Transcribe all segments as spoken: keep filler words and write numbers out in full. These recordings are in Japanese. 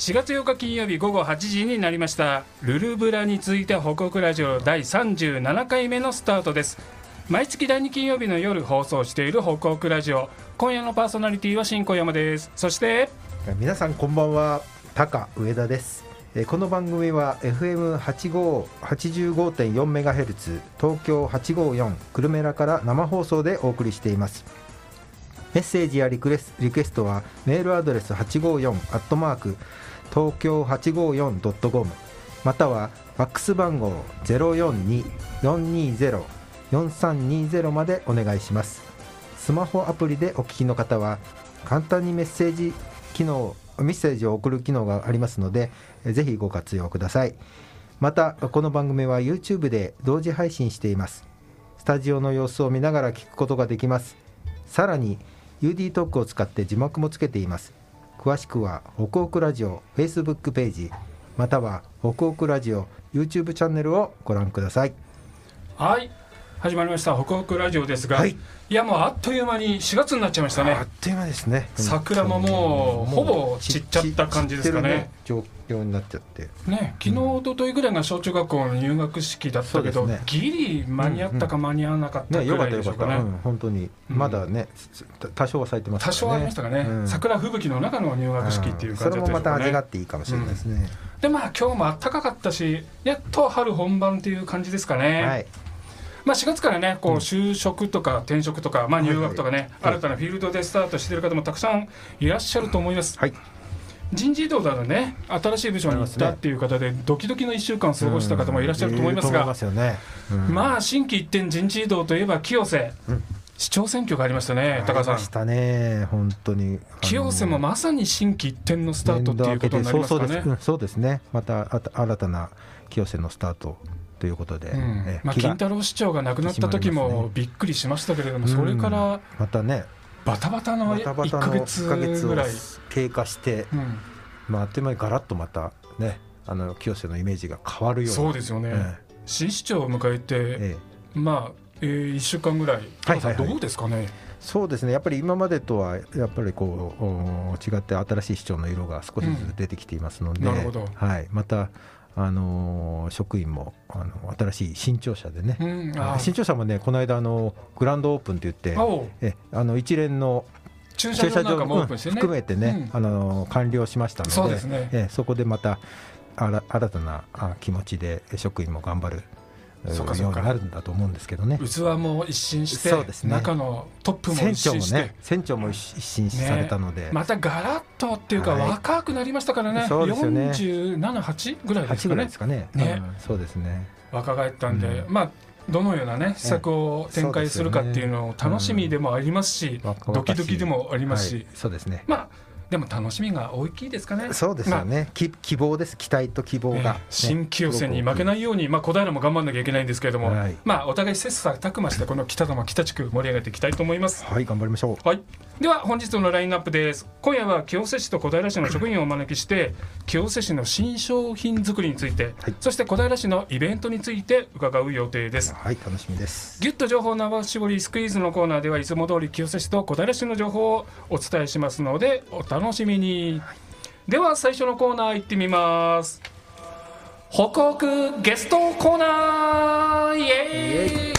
しがつようか金曜日午後はちじになりました。ルルブラについて報告ラジオだいさんじゅうななかいめのスタートです。毎月だいに金曜日の夜放送している報告ラジオ、今夜のパーソナリティは新小山です。そして皆さんこんばんは、タカ上田です。この番組は エフエムはちじゅうごてんよんメガヘルツ 東京はちごーよん久留米らから生放送でお送りしています。メッセージやリクエス、リクエストはメールアドレス はちごーよん アットマーク東京 はちごーよん ドットコム またはファックス番号 ゼロよんに よんにーゼロ よんさんにーゼロ までお願いします。スマホアプリでお聞きの方は簡単にメッセージ機能メッセージを送る機能がありますので、ぜひご活用ください。またこの番組は YouTube で同時配信しています。スタジオの様子を見ながら聞くことができます。さらに ユーディー トークを使って字幕もつけています。詳しくはホクホクラジオ Facebook ページまたはホクホクラジオ YouTube チャンネルをご覧ください。 はい、始まりましたホクホクラジオですが、はい、いやもうあっという間にしがつになっちゃいましたね。 あっという間ですね。 桜ももうほぼ散っちゃった感じですかね。 状況になっちゃってね、昨日一昨日ぐらいが小中学校の入学式だったけど、ね、ギリ間に合ったか間に合わなかったぐらいでしょうかね。 本当にまだね、うん、多少は咲いてますからね。 多少はありましたかね、うん、桜吹雪の中の入学式っていう感じだったでしょうかね。それもまた味があっていいかもしれないですね、うん、 でまあ今日も暖かかったし、やっと春本番っていう感じですかね。はい、まあ、しがつからねこう就職とか転職とか、まあ、入学とかね、はいはい、新たなフィールドでスタートしている方もたくさんいらっしゃると思います、はい、人事異動だとね新しい部署に行ったっていう方でドキドキのいっしゅうかん過ごした方もいらっしゃると思いますが、まあ心機一転人事異動といえば清瀬、うん、市長選挙がありましたね。高さん、ありましたね。 本当に清瀬もまさに心機一転のスタートっていうことになりますかね。そうそうです、そうですね。 また新たな清瀬のスタートということで、うん、 えまあ、金太郎市長が亡くなった時もびっくりしましたけれども、ね、それからまたねバタバタのいっかげつぐらい経過して、うん、まあ、あっという間にガラッとまたねあの清瀬のイメージが変わるような。 そうですよね、ええ、新市長を迎えて、ええ、まあ、えー、いっしゅうかんぐらい、はいはいはい、どうですかね。 そうですね、やっぱり今までとはやっぱりこう違って新しい市長の色が少しずつ出てきていますので、うん、なるほど、はい、またあのー、職員もあの新しい新庁舎でね、うん、新庁舎もねこの間あのグランドオープンといってえあの一連の駐車場なんかもオープンしてね、うん、含めてね、うん、あのー、完了しましたので、 そうですね、えそこでまたあら新たな気持ちで職員も頑張るそうかそうかようになるんだと思うんですけどね。 器も一新して、ね、中のトップも一新して、 ね、船長も一新されたので、ね、 またガラッとっていうか若くなりましたからね、はい、そうですよね、よんじゅうなな、はちぐらいですかね。はちぐらいですかね、ね、うん、そうですね、若返ったんで、うん、まあどのようなね施策を展開するかっていうのを楽しみでもありますし、うん、ドキドキでもありますし、はい、 そうですね、 まあでも楽しみが大きいですかね。 そうですよね、まあ、希望です。期待と希望が、えー、 新清瀬に負けないように、まあ、小平も頑張らなきゃいけないんですけれども、はい、まあ、お互い切磋琢磨してこの北玉北地区盛り上げていきたいと思います。 はい、頑張りましょう。 はい、では本日のラインナップです。今夜は清瀬市と小平市の職員をお招きして清瀬市の新商品作りについて、はい、そして小平市のイベントについて伺う予定です。 はい、楽しみです。 ギュッと情報生絞りスクイーズのコーナーではいつも通り清瀬市と小平市の情報をお伝えしますのでお楽しみに。では最初のコーナー行ってみます。ホクホクゲストコーナー、イエーイ。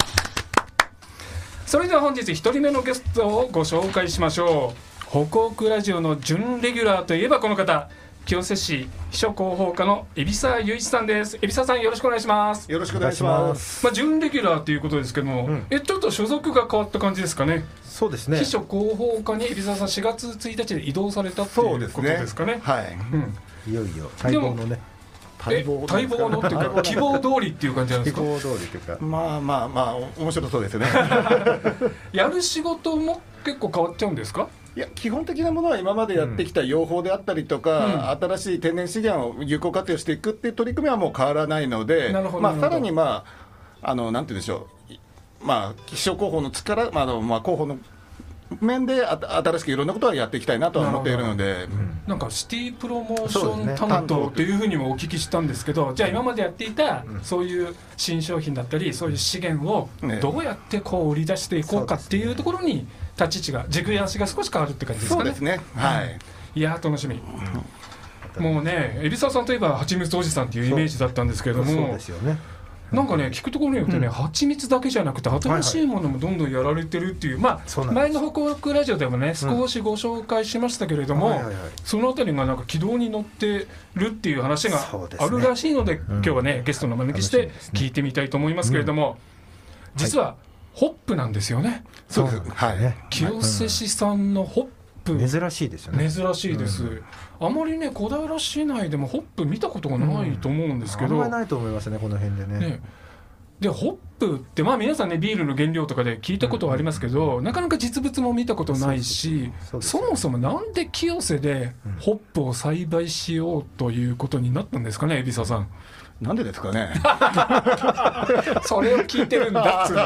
それでは本日ひとりめのゲストをご紹介しましょう。ホクホクラジオの準レギュラーといえばこの方、清瀬市秘書広報課の海老沢雄一さんです。海老沢さん、よろしくお願いします。 よろしくお願いします。 まあ、準レギュラーということですけども、うん、えちょっと所属が変わった感じですかね。 そうですね、 秘書広報課に海老沢さんしがつついたちで異動されたということですかね。 はい、 うん、いよいよ待望のね、 待望のっていうか希望通りっていう感じなんですか。 希望通りというか、 まあまあまあ面白そうですねやる仕事も結構変わっちゃうんですか。 いや、基本的なものは今までやってきた養蜂であったりとか、うん、新しい天然資源を有効活用していくっていう取り組みはもう変わらないので、まあ、さらに、まあ、あのなんて言うんでしょう、まあ、気象広報の力、まああのまあ、広報の面であ新しくいろんなことはやっていきたいなとは思っているので、 うん、なんかシティプロモーション担当というふうにもお聞きしたんですけど、じゃあ今までやっていたそういう新商品だったりそういう資源をどうやってこう売り出していこうかっていうところに立ち位置が軸足が少し変わるって感じですかね。 そうですね、はい、 いや楽しみ、うん、 ったもうね海老沢さんといえば蜂蜜おじさんっていうイメージだったんですけれども、 そうですよね。 なんかね聞くところによってね、うん、蜂蜜だけじゃなくて新しいものもどんどんやられてるっていう、まあ前の北北ラジオでもね少しご紹介しましたけれども、うんはいはいはい、そのあたりがなんか軌道に乗ってるっていう話があるらしいので、ね、今日はね、うん、ゲストの招きして聞いてみたいと思いますけれども、うん、実はホップなんですよね。 そうです、はい、 清瀬市産のホップ、 珍しいですよね。 珍しいです、うん、あまりね小平市内でもホップ見たことがないと思うんですけど、 うん、あんまりないと思いますねこの辺で ね, ねでホップってまあ皆さんねビールの原料とかで聞いたことはありますけど、うん、なかなか実物も見たことないし、そもそもなんで清瀬でホップを栽培しようということになったんですかね、海老沢さん。 なんでですかねそれを聞いてるんだっつう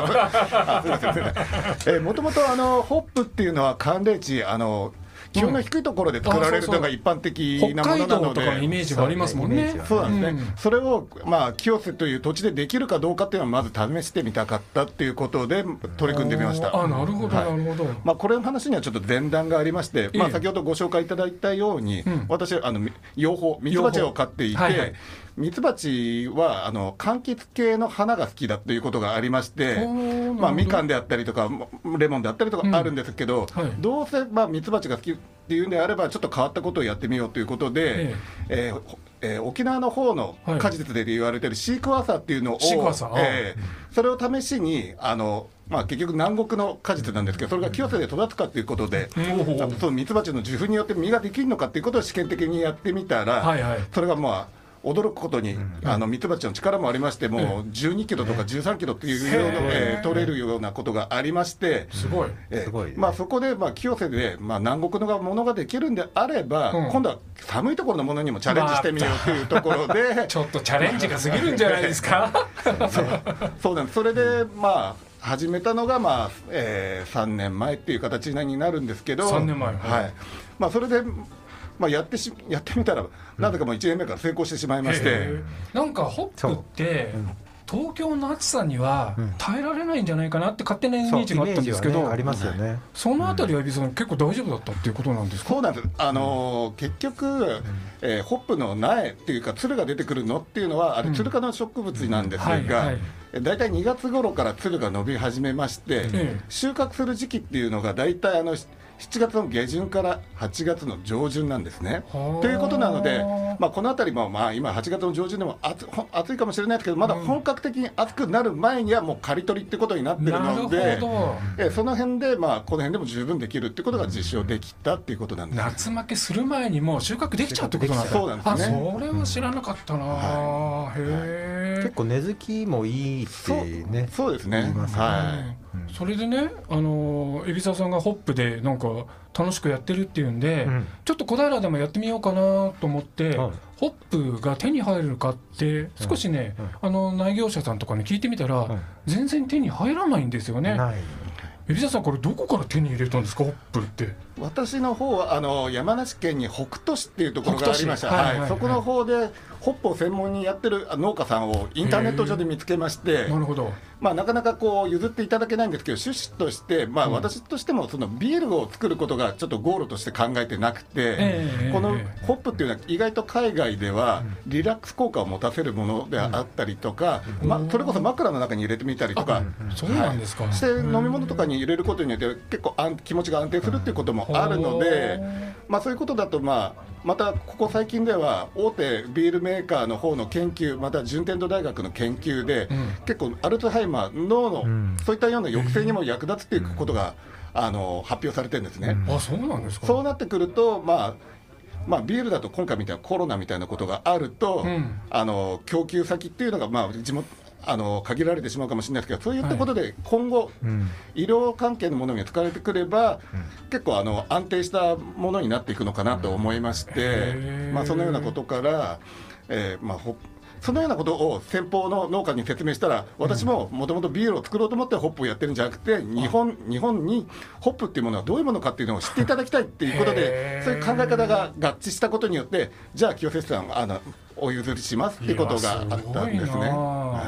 の。 もともとホップっていうのは寒冷地、あの気温の低いところで作られるのが一般的なものなので、 北海道とかのイメージがありますもんね。 そうなんですね、うん、それを、まあ、清瀬という土地でできるかどうかっていうのはまず試してみたかったっていうことで取り組んでみました。 あ、なるほど、はい、なるほど。 まあ、これの話にはちょっと前段がありまして、まあ、先ほどご紹介いただいたように、うん、私あの養蜂ミツバチを飼っていて、はいはい、ミツバチはあの柑橘系の花が好きだということがありまして、まあ、みかんであったりとかレモンであったりとかあるんですけど、うんはい、どうせまあミツバチが好きっていうんであればちょっと変わったことをやってみようということで、えええーえー、沖縄の方の果実で言われているシークワーサーっていうのを、えー、それを試しにあのまあ、結局南国の果実なんですけど、それが清瀬で育つかということで、うん、そのミツバチの受粉によって実ができるのかということを試験的にやってみたら、はいはい、それがまあ驚くことに、うん、あのミツバチの力もありまして、もうじゅうにキロとかじゅうさんキロというような、えー、取れるようなことがありまして、 すごい、 えーまあ、そこで、まあ、清瀬で、まあ、南国のものができるんであれば、うん、今度は寒いところのものにもチャレンジしてみようというところで、まあ、 ちょっとチャレンジが過ぎるんじゃないですか。 そう、そうなんです。それで、まあ始めたのが、まあえー、さんねんまえっていう形になるんですけど、 さんねんまえ、 はいまあ、それで、まあ、やってしやってみたら、なぜかもういちねんめから成功してしまいまして、 なんかホップって、東京の暑さには耐えられないんじゃないかなって勝手なイメージがあったんですけど、 ね、ありますよね。 そのあたりは海老さん、結構大丈夫だったっていうことなんですか。 そうなんです。あのー、結局、うんえー、ホップの苗っていうかつるが出てくるのっていうのはあれつる科の植物なんですが、うんはいはい、だいたいにがつ頃からつるが伸び始めまして、うん、収穫する時期っていうのがだいたいあのしちがつの下旬からはちがつの上旬なんですね。ということなので、まあ、このあたりも、まあ、今はちがつの上旬でも 暑, 暑いかもしれないですけど、まだ本格的に暑くなる前にはもう刈り取りってことになってるので、えその辺で、まあ、この辺でも十分できるってことが実証できたっていうことなんです。 夏負けする前にもう収穫できちゃうってことなんですか。 そうなんですね。 あ、それは知らなかったな、うんはい、へ結構根付きもいいってね。 そう、そうですね、ねはいうん、それでね、あの海老沢さんがホップでなんか楽しくやってるっていうんで、うん、ちょっと小平でもやってみようかなと思って、はい、ホップが手に入るかって少しね、うんうん、あの内業者さんとかに聞いてみたら、うん、全然手に入らないんですよね。海老沢さん、これどこから手に入れたんですか、ホップって。 私の方はあの山梨県に北杜市っていうところがありました。はいはいはい、そこの方でホップを専門にやってる農家さんをインターネット上で見つけまして、 なるほど、 まあ、なかなかこう譲っていただけないんですけど、趣旨として、まあ、私としてもそのビールを作ることがちょっとゴールとして考えてなくて、えー、このホップっていうのは意外と海外ではリラックス効果を持たせるものであったりとか、うんまあ、それこそ枕の中に入れてみたりとか、 そうなんですか、 はい、して飲み物とかに入れることによって結構あん気持ちが安定するっていうこともあるので、まあ、そういうことだと、まあ、またここ最近では大手ビールメーカーの方の研究、また順天堂大学の研究で、うん、結構アルツハイマー、脳の、うん、そういったような抑制にも役立つということが、うん、あの発表されてるんですね。 あ、そうなんですか。 そうなってくると、まあまあ、ビールだと今回みたいなコロナみたいなことがあると、うん、あの供給先っていうのが、まあ、地元あの限られてしまうかもしれないですけど、そういったことで今後、はいうん、医療関係のものに使われてくれば、うん、結構あの安定したものになっていくのかなと思いまして、うんまあ、そのようなことから、えーまあ、ほそのようなことを先方の農家に説明したら、私ももともとビールを作ろうと思ってホップをやってるんじゃなくて、日本、日本にホップっていうものはどういうものかっていうのを知っていただきたいっていうことで、そういう考え方が合致したことによって、じゃあ清瀬さんあのお譲りしますっていうことがあったんですね。 はい、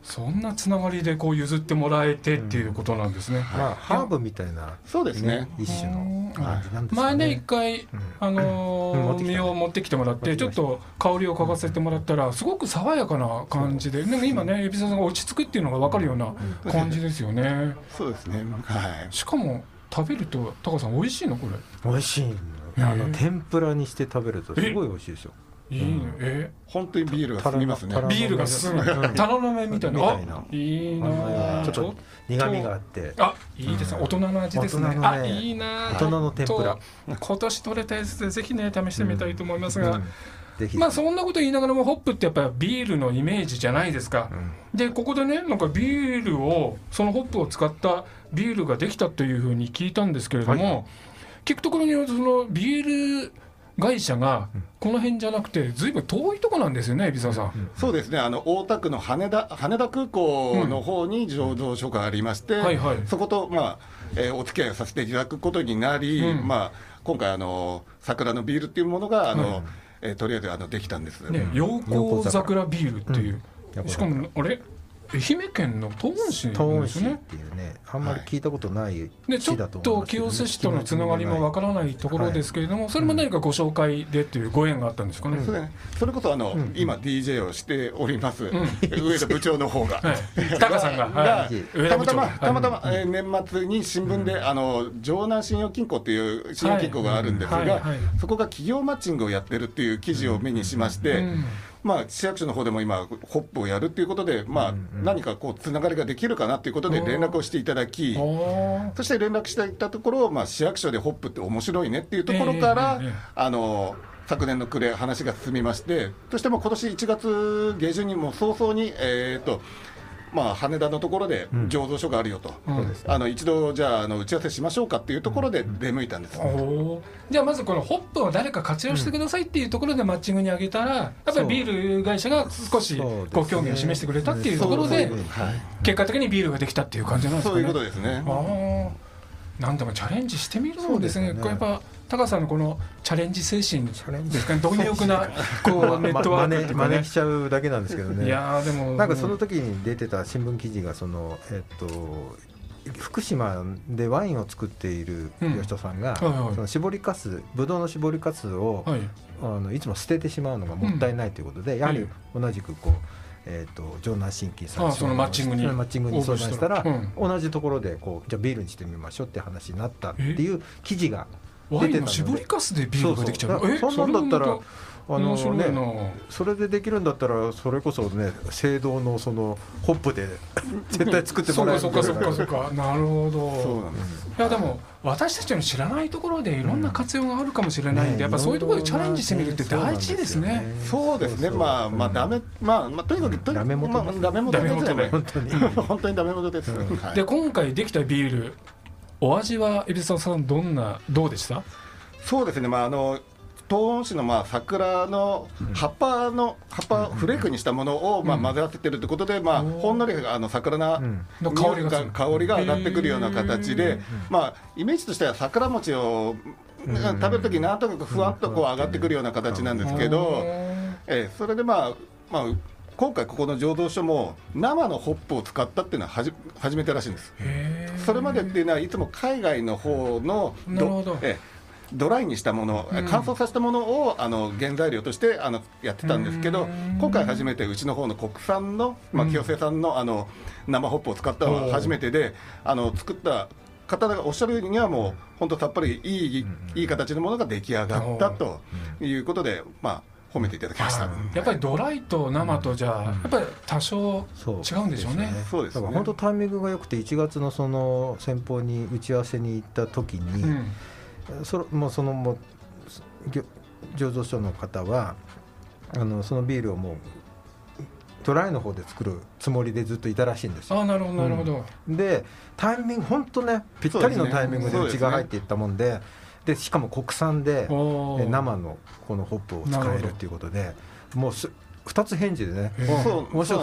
そんなつながりでこう譲ってもらえてっていうことなんですね、うん、 まあハーブみたいな、ね、 そうですね、 一種の感じなんですかね。 前ね一回、うん、あのー、実を持ってきてもらってちょっと香りを嗅がせてもらったらすごく爽やかな感じで、なんか今ね海老沢さんが落ち着くっていうのが分かるような感じですよね。 そうですね、はい、 しかも食べると高さん美味しいのこれ。 美味しい、あの天ぷらにして食べるとすごい美味しいですよ。 いいね、え本当にビールが進みますね。 ビールが進む、タラの芽みたいな、あ、いいな、 ちょっと苦味があって、 あ、いいですね、大人の味ですね。あ、いいな、 大人の天ぷら。 今年取れたやつでぜひね試してみたいと思いますが、まあそんなこと言いながらもホップってやっぱりビールのイメージじゃないですか。でここでねなんかビールをそのホップを使ったビールができたというふうに聞いたんですけれども、聞くところによるとそのビール会社がこの辺じゃなくてずいぶん遠いとこなんですよね、海老沢さん。 うん、そうですね、あの大田区の羽田羽田空港の方に醸造所がありまして、うんはいはい、そこと、まあえー、お付き合いをさせていただくことになり、うんまあ、今回あの桜のビールっていうものがあの、うんえー、とりあえずあのできたんです、 ね、陽光桜ビールっていう、うん、しかもあれ愛媛県の東温市なんですね。 っていうね、あんまり聞いたことない市だと思います、 ね、ちょっと清瀬市とのつながりもわからないところですけれども、はい、それも何かご紹介でっていうご縁があったんですかね。うん、 それそれこそあの、うん、今 ディージェー をしております、うん、上田部長の方が、 はい、タカさんが、 はい、たまたまたまたま、えー、年末に新聞で、うん、あの城南信用金庫っていう信用金庫があるんですが、はいはいはい、そこが企業マッチングをやってるっていう記事を目にしまして、うんうんまあ、市役所の方でも今ホップをやるということで、まあ、何かこうつながりができるかなということで連絡をしていただき、そして連絡していたところ、まあ、市役所でホップって面白いねっていうところから、えーえー、あの昨年の暮れ話が進みまして、そしてもう今年いちがつ下旬にも早々に、えーとまあ、羽田のところで醸造所があるよと、うん、あの一度じゃあ、あの打ち合わせしましょうかっていうところで出向いたんです、うんおじゃあまずこのホップを誰か活用してくださいっていうところでマッチングに上げたら、やっぱりビール会社が少しご興味を示してくれたっていうところで結果的にビールができたっていう感じなんですかね。 そういうことですね。 あ何でもチャレンジしてみるもんですね。これやっぱ高さんのこのチャレンジ精神ですかね、貪欲なこうネットワークっていうかね、 真似しちゃうだけなんですけどね。 いやでもなんかその時に出てた新聞記事がその、えっと、福島でワインを作っている吉田さんが、うんはいはい、その搾りかすブドウの搾りかすを、はい、あのいつも捨ててしまうのがもったいないということで、うん、やはり同じくこう、えー、と城南信金さんそのマッチングにマッチングに相談したら、うん、同じところでこうじゃあビールにしてみましょうって話になったっていう記事が出てたので、ワインの搾りかすでビールができちゃう。 そうそうそんなんだったらあのね、それでできるんだったらそれこそね青銅のそのホップで絶対作ってもらえる。 そうかそうかそうかなるほど。そうなんです。いやでも私たちの知らないところでいろんな活用があるかもしれないんで、うんね、やっぱそういうところでチャレンジしてみるって大事ですね。 そうですね。まあまあダメまあまあとにかくとダメ元です。ダメ元ですね。 本当に本当にダメ元です。 うんはい、で今回できたビールお味は海老沢さんどんなどうでした？ そうですね。まああの東温市のまあ桜の葉っぱの葉っぱフレークにしたものをまあ混ぜ合わせてるということで、まあほんのりあの桜の香りが香りが上がってくるような形で、まあイメージとしては桜餅を食べるときなんとなくふわっとこう上がってくるような形なんですけど、えそれでまあまあ今回ここの醸造所も生のホップを使ったっていうのははじ初めてらしいんです。それまでっていうのはいつも海外の方のなるほどえドライにしたもの、うん、乾燥させたものをあの原材料としてあのやってたんですけど、今回初めてうちの方の国産の、まあ、清瀬産の、あの生ホップを使ったのは初めてで、あの作った方がおっしゃるにはもう本当さっぱりいい、いい形のものが出来上がったということで、まあ褒めていただきました。 やっぱりドライと生とじゃあ、やっぱり多少違うんでしょうね。 そうですね。 本当タイミングが良くていちがつのその先方に打ち合わせに行った時に、うんそのもうそのもう醸造所の方はあのそのビールをもうドライの方で作るつもりでずっといたらしいんですよ。 あなるほどなるほど、 うん、でタイミング本当ねぴったりのタイミングでうちが入っていったもんで、でしかも国産で生のこのホップを使えるっていうことでもうすふたつ返事でね、 そう面白そう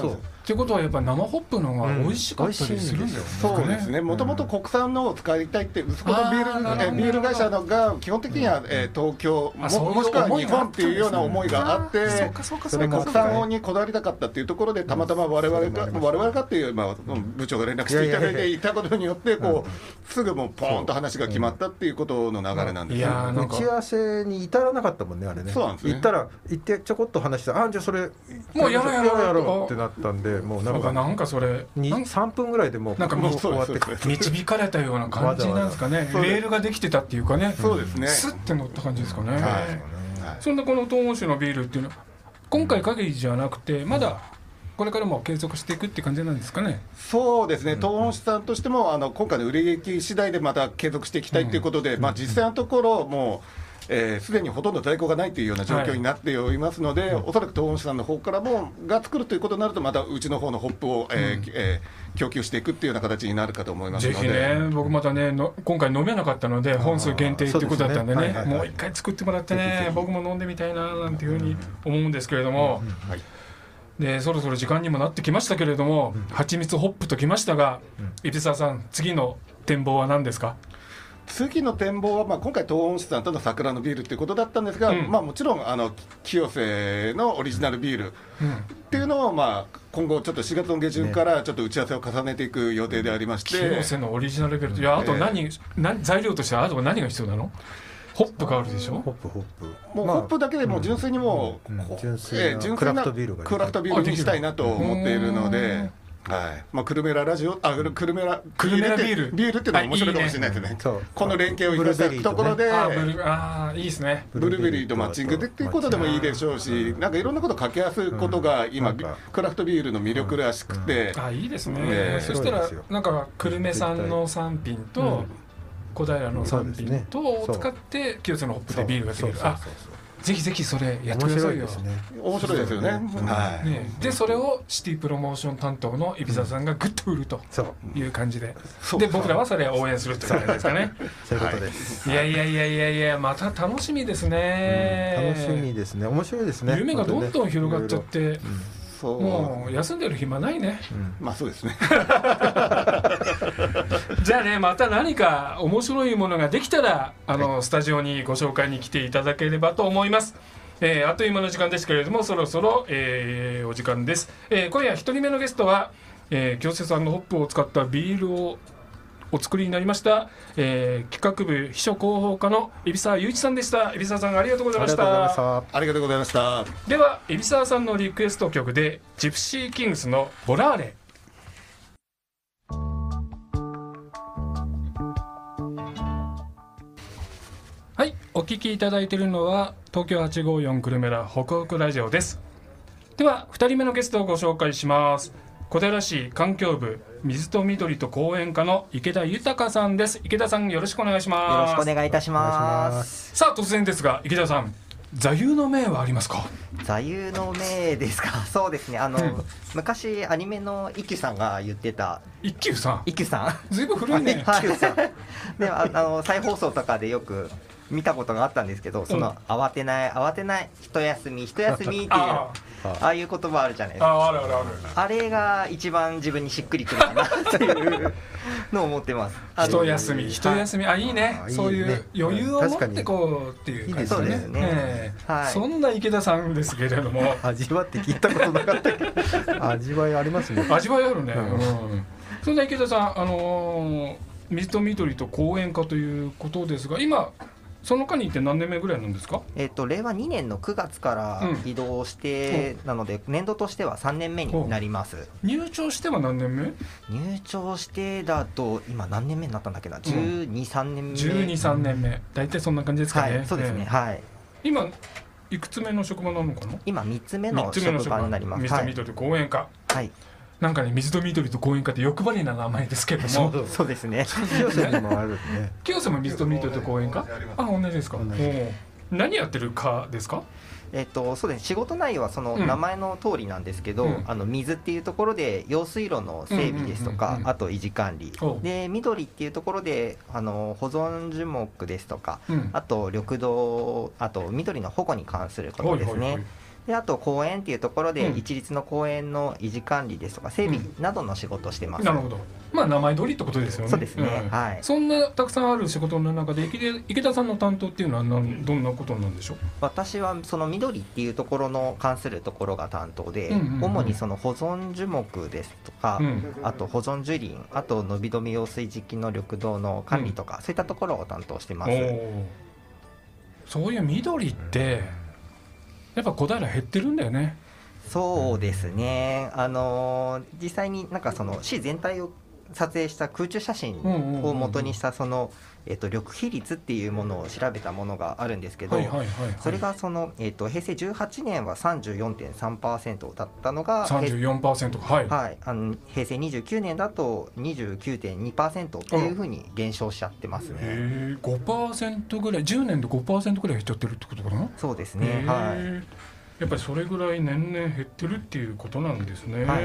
ってことはやっぱり生ホップの方が美味しかったりするんだよね。 そうですね。もともと国産のを使いたいって息子のビールえビール会社のが基本的には、えー、東京 も, もしくは日本っていうような思いがあって、それ国産にこだわりたかったっていうところでたまたま我々が我々がっていう、まあ、部長が連絡していただいていたことによってこうすぐもうポーンと話が決まったっていうことの流れなんですよ。 打ち合わせに至らなかったもんねあれね。 そうなんですね。 行ったら行ってちょこっと話してあじゃあそれもうやろうやろうやろうってなったんでもうなんかなんかそれさんぷんぐらいでもうなんかもう終わって導かれたような感じなんですかね。レールができてたっていうかね。 そうですね。 スッて乗った感じですかね。 はい。 そんなこの東温酒のビールっていうのは今回限りじゃなくてまだこれからも継続していくって感じなんですかね。 そうですね。東温酒さんとしてもあの今回の売れ行き次第でまた継続していきたいということで、うん、まあ実際のところもうすで、えー、にほとんど在庫がないというような状況になっておりますので、はい、おそらく東温酒さんの方からもが作るということになるとまたうちの方のホップを、えーうんえー、供給していくっていうような形になるかと思いますので、 ぜひね僕またねの今回飲めなかったので本数限定っていうことだったんでね、もう一回作ってもらってね僕も飲んでみたいななんていうふうに思うんですけれども、うんうんはい、でそろそろ時間にもなってきましたけれども、うん、蜂蜜ホップときましたが、うん、海老沢さん次の展望は何ですか。 次の展望は、まあ、今回東温酒さんとの桜のビールということだったんですが、うんまあ、もちろんあの清瀬のオリジナルビールっていうのを、まあ、今後ちょっとしがつの下旬からちょっと打ち合わせを重ねていく予定でありまして、 清瀬のオリジナルビールいやあと何、えー、何材料としてはあと何が必要なの。ホップがあるでしょ。 ホップホップもうホップだけでもう純粋にもう、うんうん、純粋なクラフトビールがクラフトビールにしたいなと思っているので、はいまあ、クルメララジオあクルメラクルメラビールビールっていうのは面白いかもしれないですね。いいねこの連携を生かしたところで、ね、 あブルあいいですね。 ブルーベリーとマッチングでっていうことでもいいでしょうし、なんかいろんなことを掛け合わせることが今、うん、クラフトビールの魅力らしくて、 うんうん、あいいですね、えー、そしたらなんか久留米産の産品と、うん小平の産品とを使って清瀬のホップでビールができる。あぜひぜひそれやってくださいよ。 面白いですよね。はいねでそれをシティプロモーション担当の海老沢さんがグッと売るという感じで、で僕らはそれを応援するという感じですかね。 そういうことです。 いやいやいやいやいやまた楽しみですね。 楽しみですね。面白いですね。 夢がどんどん広がっちゃって。そうもう休んでる暇ないね、 うん、まあそうですねじゃあねまた何か面白いものができたらあの、はい、スタジオにご紹介に来ていただければと思います、えー、あっという間の時間ですけれどもそろそろ、えー、お時間です、えー、今夜ひとりめのゲストは、えー、清瀬産のホップを使ったビールをお作りになりました、えー、企画部秘書広報課の海老沢雄一さんでした。海老沢さんありがとうございました。 ありがとうございました。 では海老沢さんのリクエスト曲でジプシーキングスのボラーレ。はいお聞きいただいているのは東京はちごーよん久留米らホクホクラジオです。ではふたりめのゲストをご紹介します。小平市環境部水と緑と公園課の池田豊さんです。池田さんよろしくお願いします。 よろしくお願いいたします。 さあ突然ですが池田さん座右の銘はありますか。 座右の銘ですか。そうですねあの、うん、昔アニメの一休さんが言ってた一休さん一休さんずいぶん古いね一休さんであの再放送とかでよく見たことがあったんですけど、その、うん、慌てない慌てない一休み一休みっていうああいう言葉あるじゃないですか。 ああるあるあるあれが一番自分にしっくりくるかなっていうのを思ってます。 一休み一休みあいいね。そういう余裕を持ってこうっていう感じですね。そうですね、 えーはい、そんな池田さんですけれども味わって聞いたことなかったけど味わいありますね。 味わいあるね、うんうん、そんな池田さんあのー、水と緑と公園課ということですが今その課に行って何年目ぐらいなんですか。 えー、と令和にねんのくがつから移動して、うん、なので年度としてはさんねんめになります。 入庁しては何年目。 入庁してだと今何年目になったんだっけな、じゅうに、さんねんめ。 じゅうに、さんねんめ大体そんな感じですかね。 はい、そうですね、 えー、 はい今いくつ目の職場なのかな。 今みっつめの職場になります。 水と緑と公園課、 はい、 なんかね水と緑と公園課って欲張りな名前ですけどもそうそうですね。 清瀬にもあるね。 清瀬も水と緑と公園課あ同じですか。何やってるかですか。 えっとそうですね、仕事内容はその名前の通りなんですけど、うん、あの水っていうところで用水路の整備ですとか、うんうんうんうん、あと維持管理で、緑っていうところであの保存樹木ですとか、うん、あと緑道あと緑の保護に関することですね。 であと公園っていうところで一律の公園の維持管理ですとか整備などの仕事をしてます、 うん、なるほど。まあ名前通りってことですよね。 そうですね、 うん、 はい。 そんなたくさんある仕事の中で池池田さんの担当っていうのは何どんなことなんでしょう。 私はその緑っていうところの関するところが担当で、 うんうんうん、 主にその保存樹木ですとか、うん、あと保存樹林、あと伸び止め用水時期の緑道の管理とか、うん、そういったところを担当してます。 そういう緑ってやっぱ小平減ってるんだよね。 そうですね、あのー、実際になんかその市全体を撮影した空中写真を元にしたその、えー、と緑比率っていうものを調べたものがあるんですけど、それがその、えー、と平成じゅうはちねんは さんじゅうよんてんさんパーセント だったのがさんじゅうよんパーセント、はい、 はい、あの平成にじゅうきゅうねんだと にじゅうきゅうてんにパーセント っていうふうに減少しちゃってますね。 へ ごパーセント ぐらい、じゅうねんで ごパーセント ぐらい減っちゃってるってことかな。 そうですね、はい、 やっぱりそれぐらい年々減ってるっていうことなんですね、はい。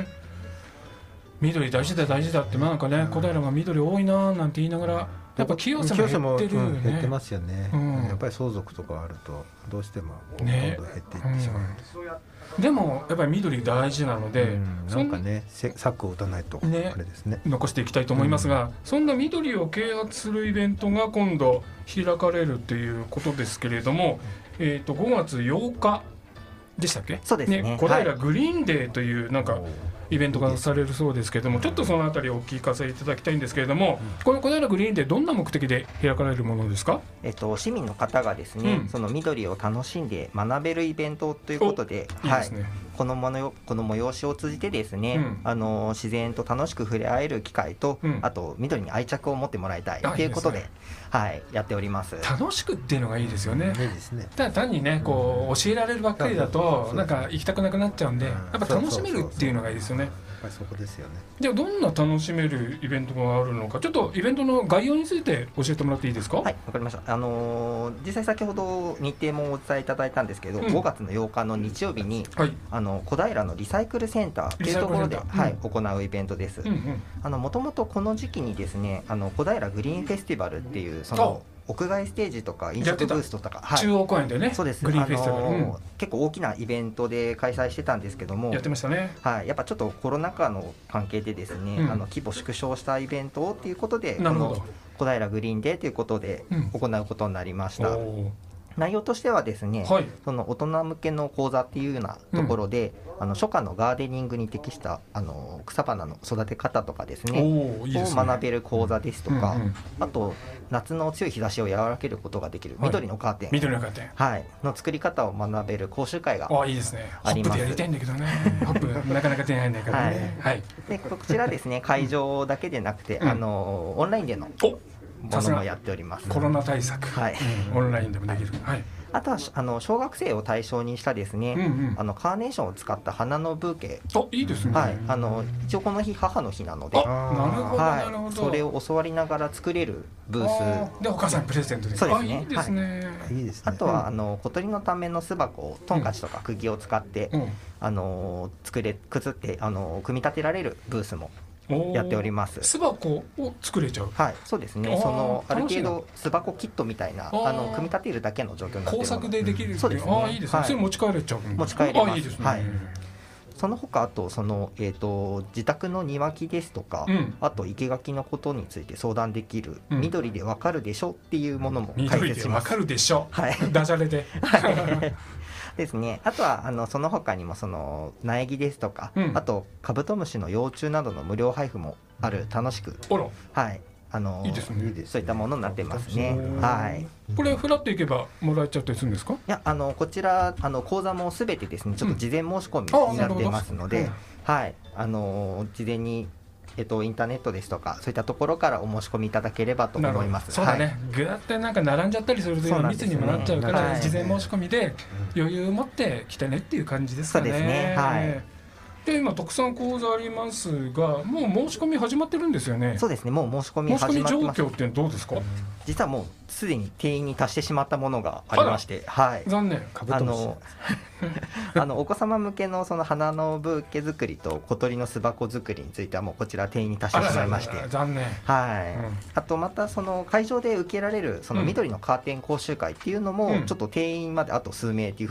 緑大事だ大事だって、まあ、なんかね、小平が緑多いななんて言いながらやっぱ清瀬も減ってるよね、うん、 減ってますよね、うん、やっぱり相続とかあるとどうしてもどんどん減っていってしまうんです、ね、 うん、でもやっぱり緑大事なので、うん、 なんかね策を打たないとあれですね、 残していきたいと思いますが、うん、そんな緑を啓発するイベントが今度開かれるということですけれども、えー、とごがつようかでしたっけ。 そうですね、 ね、小平グリーンデーというなんか、はい、イベントがされるそうですけれども、ちょっとそのあたりをお聞かせいただきたいんですけれども、うん、この小平グリーンデーどんな目的で開かれるものですか。 えっと、市民の方がですね、うん、その緑を楽しんで学べるイベントということで、 いいですね、はい、 このものこの催しを通じてですね、うん、あの自然と楽しく触れ合える機会と、うん、あと緑に愛着を持ってもらいたいということで、いいですね、はい、やっております。 楽しくっていうのがいいですよね。 いいですね。 ただ単にねこう教えられるばっかりだとなんか行きたくなくなっちゃうんで、やっぱ楽しめるっていうのがいいですよね。 やっぱりそこですよね。 じゃあどんな楽しめるイベントがあるのか、ちょっとイベントの概要について教えてもらっていいですか。 はい、わかりました。あのー、実際先ほど日程もお伝えいただいたんですけど、うん、ごがつのようかの日曜日に、はい、あの小平のリサイクルセンターというところで、はい、行うイベントです。もともとこの時期にですね、あの小平グリーンフェスティバルっていうその屋外ステージとか飲食ブースとか、 はい、中央公園でね、 そうです、 グリーンフェスティバル、 あのーうん、結構大きなイベントで開催してたんですけども、 やってましたね、 はい、やっぱちょっとコロナ禍の関係でですね、うん、あの規模縮小したイベントをっていうことで、この小平グリーンデーということで行うことになりました、うん、内容としてはですね、はい、その大人向けの講座っていうようなところで、うん、あの初夏のガーデニングに適したあの草花の育て方とかですね、いいですね、を学べる講座ですとか、うんうん、あと夏の強い日差しを和らげることができる緑のカーテン、はい、 緑のカーテン、 はい、の作り方を学べる講習会があります。 あ、いいですね。ホップでやりたいんだけどねホップなかなか手に入らないからね、はいはい、でこちらですね、会場だけでなくて、うん、あのオンラインでのものもやっております。コロナ対策、はい、うん、オンラインでもできる、はい、 あとはあの小学生を対象にしたですね、うんうん、あのカーネーションを使った花のブーケ、 あ、いいですね、 はい、あの一応この日母の日なので、 あ、なるほど、なるほど、 それを教わりながら作れるブースでお母さんプレゼントで、 そうですね、 いいですね、 はい、いいですね。 あとはあの小鳥のための巣箱をトンカチとか釘を使って、うん、あの作れくずってあの組み立てられるブースもやっております。 巣箱を作れちゃう。 はい、そうですね。そのある程度巣箱キットみたいなあの組み立てるだけの状況になっている。 工作でできる。 そうですね。 あ、いいですね。それ持ち帰れちゃう。 持ち帰れます。 あ、いいですね。 はい。その他あとそのえっと自宅の庭木ですとか、うん、あと生垣のことについて相談できる、うん、緑でわかるでしょっていうものも解説します。 緑でわかるでしょ。 はい。 ダジャレで。 ですね、あとはあのその他にもその苗木ですとか、うん、あとカブトムシの幼虫などの無料配布もある、楽しく、はい、あのいいですね、 そういったものになってますね。はい。 これフラッと行けばもらえちゃったりするんですか？いや、あのこちらあの講座もすべてですね、ちょっと事前申し込みになってますので、うん、はい、あの事前にえっと、インターネットですとかそういったところからお申し込みいただければと思います。 そうだね、ぐーってなんか並んじゃったりすると密にもなっちゃうから、はい、事前申し込みで余裕を持って来てねっていう感じですかね。 そうですね、はい。 で今たくさん講座ありますが、もう申し込み始まってるんですよね。 そうですね、もう申し込み始まってます。 申し込み状況ってどうですか？ 実はもうすでに定員に達してしまったものがありまして、はい、 残念。 あのあのお子様向けのその花のブーケ作りと小鳥の巣箱作りについてはもうこちら定員に達してしまいまして、 残念。 はい、うん、あとまたその会場で受けられるその緑のカーテン講習会っていうのもちょっと定員まであと数名っていうふうな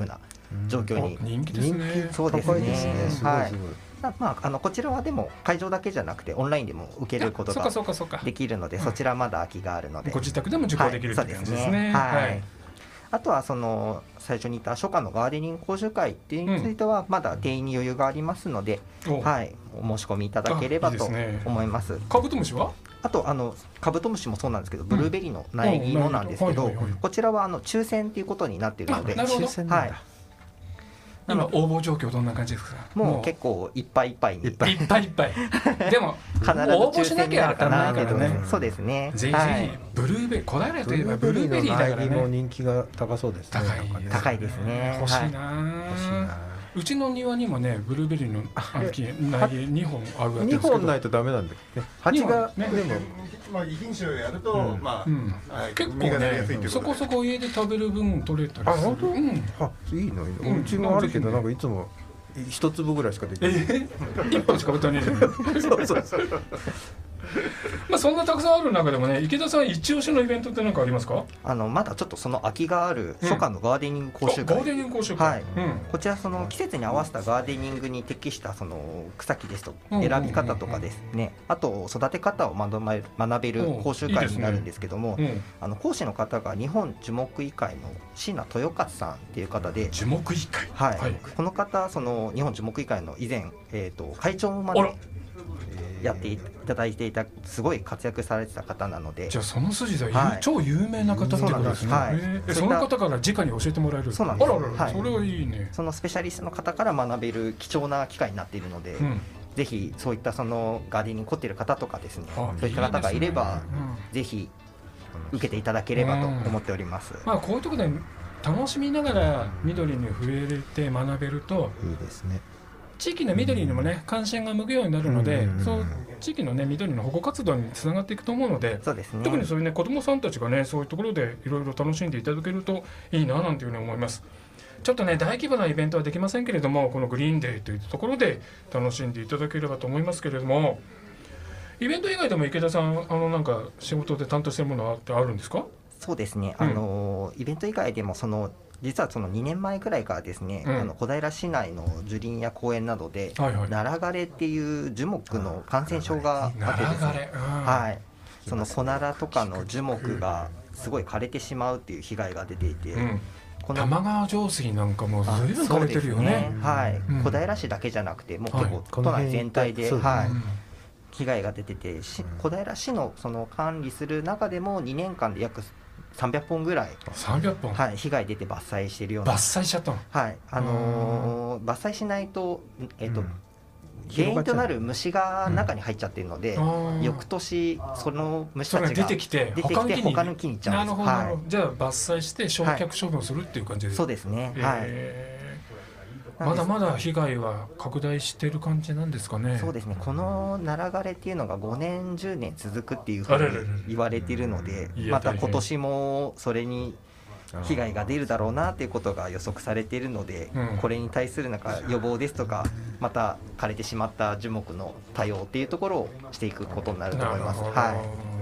状況に、 うん、人気ですね。 そうですね。 すごいすごい。 まあ、あのこちらはでも会場だけじゃなくてオンラインでも受けることができるので、そちらまだ空きがあるので、 ご自宅でも受講できるって感じですね。 はい。あとはその最初に言った初夏のガーデニング講習会っていうについてはまだ定員に余裕がありますので、はい、お申し込みいただければと思います。 カブトムシは？ あとあのカブトムシもそうなんですけど、ブルーベリーの苗木もなんですけど、こちらはあの抽選っていうことになっているので、 抽選なんだ。 今応募状況どんな感じですか？ もう結構いっぱいいっぱいにいっぱいいっぱいいっぱいでも必ず抽選になるかなけどね。そうですね。 ぜひぜひブルーベリー、小平といえばブルーベリーだからね。 も人気が高そうですね。 高いですね。 欲しいな。うちの庭にもねブルーベリーの木苗木にほんあるわけですけど、 にほんないとダメなんだよね。鉢がね、でもまあ異品種をやるとまあ結構ねそこそこ家で食べる分取れたりする。 あ、本当？うん。あ、いいのいいの。うちもあるけどなんかいつも一粒ぐらいしかできない。 一本しか取れない。そうそうそう。まあそんなたくさんある中でもね、池田さん一押しのイベントって何かありますか？ あのまだちょっとその空きがある初夏のガーデニング講習会、 ガーデニング講習会、はい、 こちらその季節に合わせたガーデニングに適したその草木ですと選び方とかですね、あと育て方を学べる学べる講習会になるんですけども、あの講師の方が日本樹木医会の椎名豊勝さんっていう方で、 樹木医会、 はい、この方その日本樹木医会の以前えっと会長までやっていただいていたすごい活躍されてた方なので、 じゃあその筋では超有名な方ってことですね。その方から直に教えてもらえる。 そうなんです。 あららら、それはいいね。 そのスペシャリストの方から学べる貴重な機会になっているので、ぜひそういったそのガーデニング凝っている方とかですね、そういった方がいればぜひ受けていただければと思っております。 まあこういうところで楽しみながら緑に触れて学べるといいですね。 地域の緑にもね関心が向くようになるので、うん、そう地域のね緑の保護活動につながっていくと思うので、 そうですね、 特にそういうね子どもさんたちがねそういうところでいろいろ楽しんでいただけるといいななんていうふうに思います。ちょっとね大規模なイベントはできませんけれども、このグリーンデーというところで楽しんでいただければと思いますけれども、イベント以外でも池田さんあのなんか仕事で担当しているものってあるんですか？ そうですね、あの、うん、イベント以外でもその実はそのにねんまえくらいからですね、うん、あの小平市内の樹林や公園などで、はいはい、ナラ枯れっていう樹木の感染症があってですね、はい、そのコナラとかの樹木がすごい枯れてしまうっていう被害が出ていて、うん、 この玉川上水なんかも随分枯れてるよね。 ね、はい、うん、小平市だけじゃなくてもう結構都内全体で、はいはい、被害が出てて、小平市のその管理する中でもにねんかんで約さんびゃっぽんぐらい、 さんびゃっぽん、 はい、被害出て伐採しているような。 伐採しちゃったの。 はい、あのー、伐採しないと、えーとうん、原因となる虫が中に入っちゃっているので、うん、翌年その虫たちが出てきて他の木に他の木に行っちゃうんです。 なるほど、はい、じゃあ伐採して焼却処分するっていう感じで、はい、 そうですね、 えーはい、まだまだ被害は拡大している感じなんですかね。 そうですね、このナラ枯れっていうのがごねんじゅうねん続くっていうふうに言われているので、また今年もそれに被害が出るだろうなっていうことが予測されているので、うん、これに対するなんか予防ですとか、また枯れてしまった樹木の対応っていうところをしていくことになると思います。はい、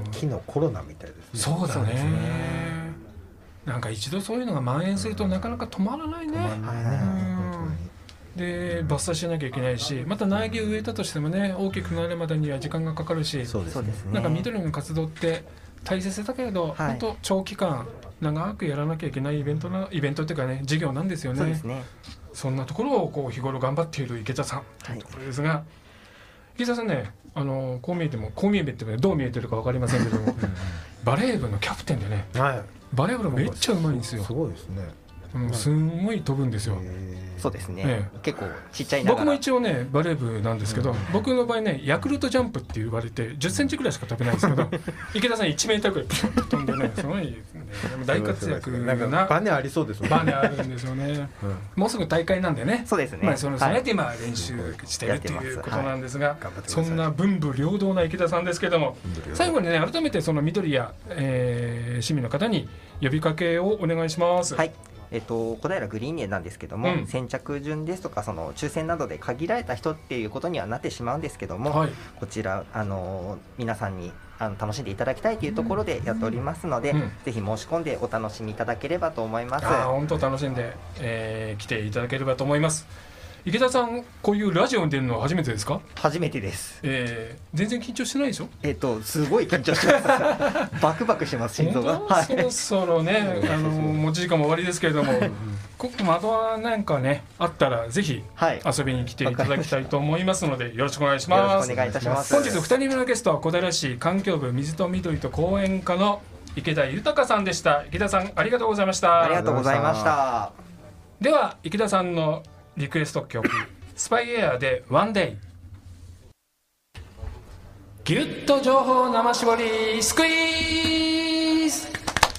木のコロナみたいですね。そうだね。なんか一度そういうのが蔓延するとなかなか止まらないね。止まらないね。で伐採しなきゃいけないし、また苗木を植えたとしてもね大きくなるまでには時間がかかるし、 そうですね、 なんか緑の活動って大切だけれど、はい、本当長期間長くやらなきゃいけないイベントなイベントっていうかね事業なんですよね。 そうですね。 そんなところをこう日頃頑張っている池田さんというところですが、はい、池田さんね、あのこう見えてもこう見えても、ね、どう見えてるか分かりませんけどもバレー部のキャプテンでね、はい、バレー部のめっちゃうまいんですよ。 すごいですね。 うん、すんごい飛ぶんですよ。 そうですね、ええ、結構ちっちゃいながら僕も一応ねバレー部なんですけど、うん、僕の場合ねヤクルトジャンプって言われてじゅっセンチぐらいしか飛べないんですけど池田さんいちメーターぐらいピュッと飛んでねすごい、ね、大活躍なバネありそうですもんね。バネあるんですよね、うん、もうすぐ大会なんでね。 そうですね、 まあ、そのそれで今練習してるっていうことなんですが、はい、そんな文武両道な池田さんですけども、最後にね改めてその緑や、えー、市民の方に呼びかけをお願いします。 はい、 えっと、小平グリーンデーなんですけども、 うん、 先着順ですとかその抽選などで限られた人っていうことにはなってしまうんですけども、はい、こちらあの皆さんにあの楽しんでいただきたいというところでやっておりますので、うん、ぜひ申し込んでお楽しみいただければと思います。 あ、本当楽しんで、えー、来ていただければと思います。池田さん、こういうラジオに出るのは初めてですか？ 初めてです。 えー、全然緊張してないでしょ？ えっとすごい緊張してますバクバクしてます、心臓が。 はい、そろそろね、あの持ち時間も終わりですけれどもこまたはなんかねあったらぜひ遊びに来ていただきたいと思いますので、よろしくお願いします。 よろしくお願いいたします。 本日ふたりめのゲストは小平市環境部水と緑と公園課の池田豊さんでした。池田さん、ありがとうございました。 ありがとうございました。 では池田さんのリクエスト曲スパイエアーでワンデイ。ギュッと情報生絞りスクイーズ。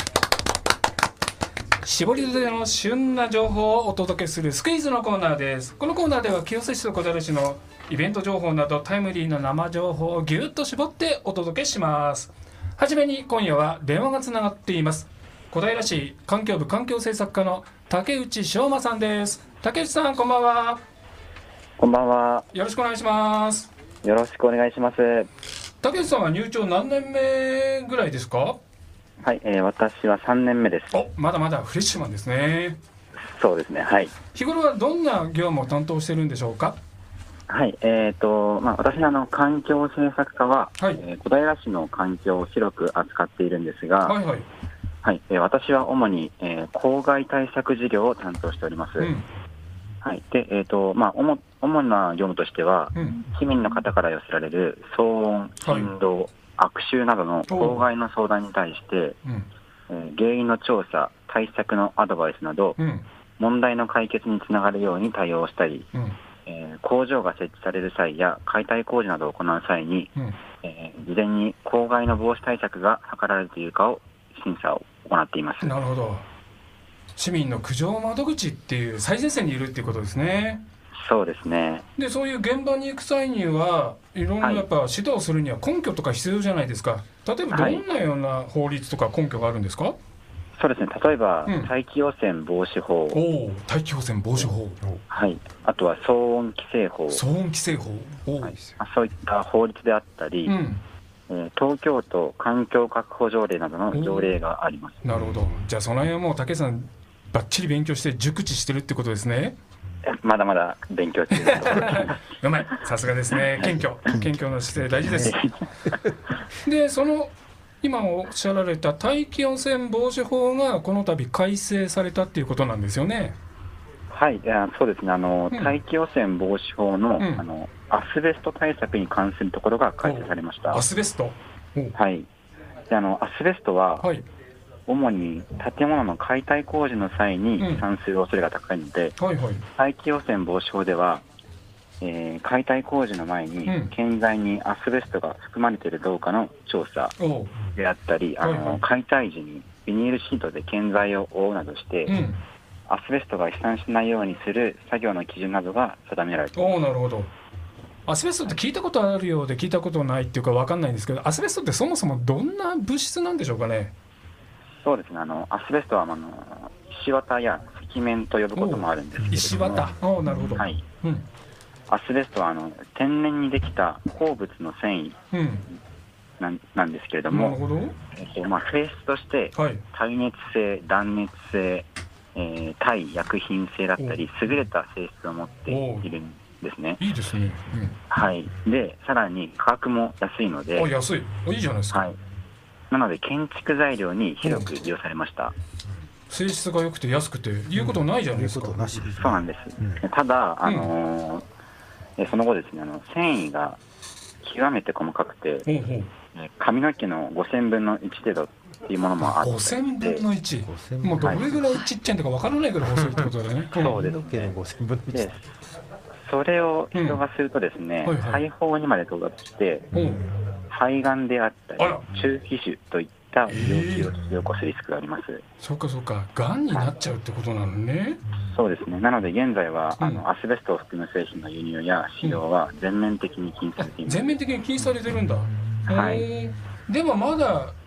絞りたての旬な情報をお届けするスクイーズのコーナーです。このコーナーでは清瀬市と小平市のイベント情報などタイムリーな生情報をギュッと絞ってお届けします。はじめに今夜は電話がつながっています。小平市環境部環境政策課の竹内翔馬さんです。竹内さん、こんばんは。 こんばんは。 よろしくお願いします。 よろしくお願いします。 竹内さんは入庁何年目ぐらいですか？ はい、えー、私はさんねんめです。 お、まだまだフレッシュマンですね。 そうですね、はい。 日頃はどんな業務を担当しているんでしょうか？ はい、えーとまあ、私のあの環境政策課は、はい、えー、小平市の環境を広く扱っているんですが、はいはいはい、えー、私は主に、えー、公害対策事業を担当しております。うん、はい、で、えーとまあ、主, 主な業務としては、うん、市民の方から寄せられる騒音、振動、はい、悪臭などの公害の相談に対して、うんえー、原因の調査、対策のアドバイスなど、うん、問題の解決につながるように対応したり、うんえー、工場が設置される際や解体工事などを行う際に、うんえー、事前に公害の防止対策が図られているかを審査を行っています。 なるほど。市民の苦情窓口っていう最前線にいるっていうことですね。 そうですね。 で、そういう現場に行く際にはいろんなやっぱ指導するには根拠とか必要じゃないですか。例えばどんなような法律とか根拠があるんですか？はい、 そうですね。例えば、うん、大気汚染防止法。 お大気汚染防止法。 はい。あとは騒音規制法。 騒音規制法。お、はい、 そういった法律であったり、うんえー、東京都環境確保条例などの条例があります。 なるほど。じゃあその辺はもう竹さんバッチリ勉強して熟知してるってことですね。 まだまだ勉強中です。 うまい、さすがですね。謙虚、謙虚な姿勢大事です。で、その今おっしゃられた大気汚染防止法がこの度改正されたっていうことなんですよね。 はい、いやそうですね。あの、うん、大気汚染防止法の、うん、あのアスベスト対策に関するところが改正されました。 アスベスト。 はい。で、あのアスベストは、はい、主に建物の解体工事の際に飛散する恐れが高いので、うんはいはい、大気汚染防止法では、えー、解体工事の前に建材にアスベストが含まれているどうかの調査であったり、あの、はいはい、解体時にビニールシートで建材を覆うなどして、うん、アスベストが飛散しないようにする作業の基準などが定められています。 おなるほど。アスベストって聞いたことあるようで聞いたことないっていうか分かんないんですけど、アスベストってそもそもどんな物質なんでしょうかね。 そうですね。あのアスベストはあの石綿や石綿と呼ぶこともあるんですけれども、 石綿。おなるほど。 はい。うん、アスベストはあの天然にできた鉱物の繊維な ん, なんですけれども、 なるほど。 えっとまあ、性質として、はい、耐熱性、断熱性、えー、耐薬品性だったり優れた性質を持っているんですね。 いいですね。うん、 はい。でさらに価格も安いので、 あ安い。いいじゃないですか。はい。 なので建築材料に広く利用されました。 性質が良くて安くて言うことないじゃないですか。うん、 そうなんです。うん、ただ、あのーうん、その後ですね、あの繊維が極めて細かくて、うんうん、髪の毛のごせんぶんのいち程度っていうものもあって、 ごせんぶんのいち、もうどれぐらいちっちゃいのか分からないぐらい細いってことだね。 そうですね。でそれを人がするとですね、うんはいはい、肺胞にまで到達して、うん肺がんであったり中皮腫といった病気を引き起こすリスクがあります。えー、 そうかそうか、がんになっちゃうってことなのね。はい、 そうですね。なので現在は、うん、あのアスベストを含む製品の輸入や使用は全面的に禁止されています。 全面的に禁止されてるんだ。 はい。 でもまだ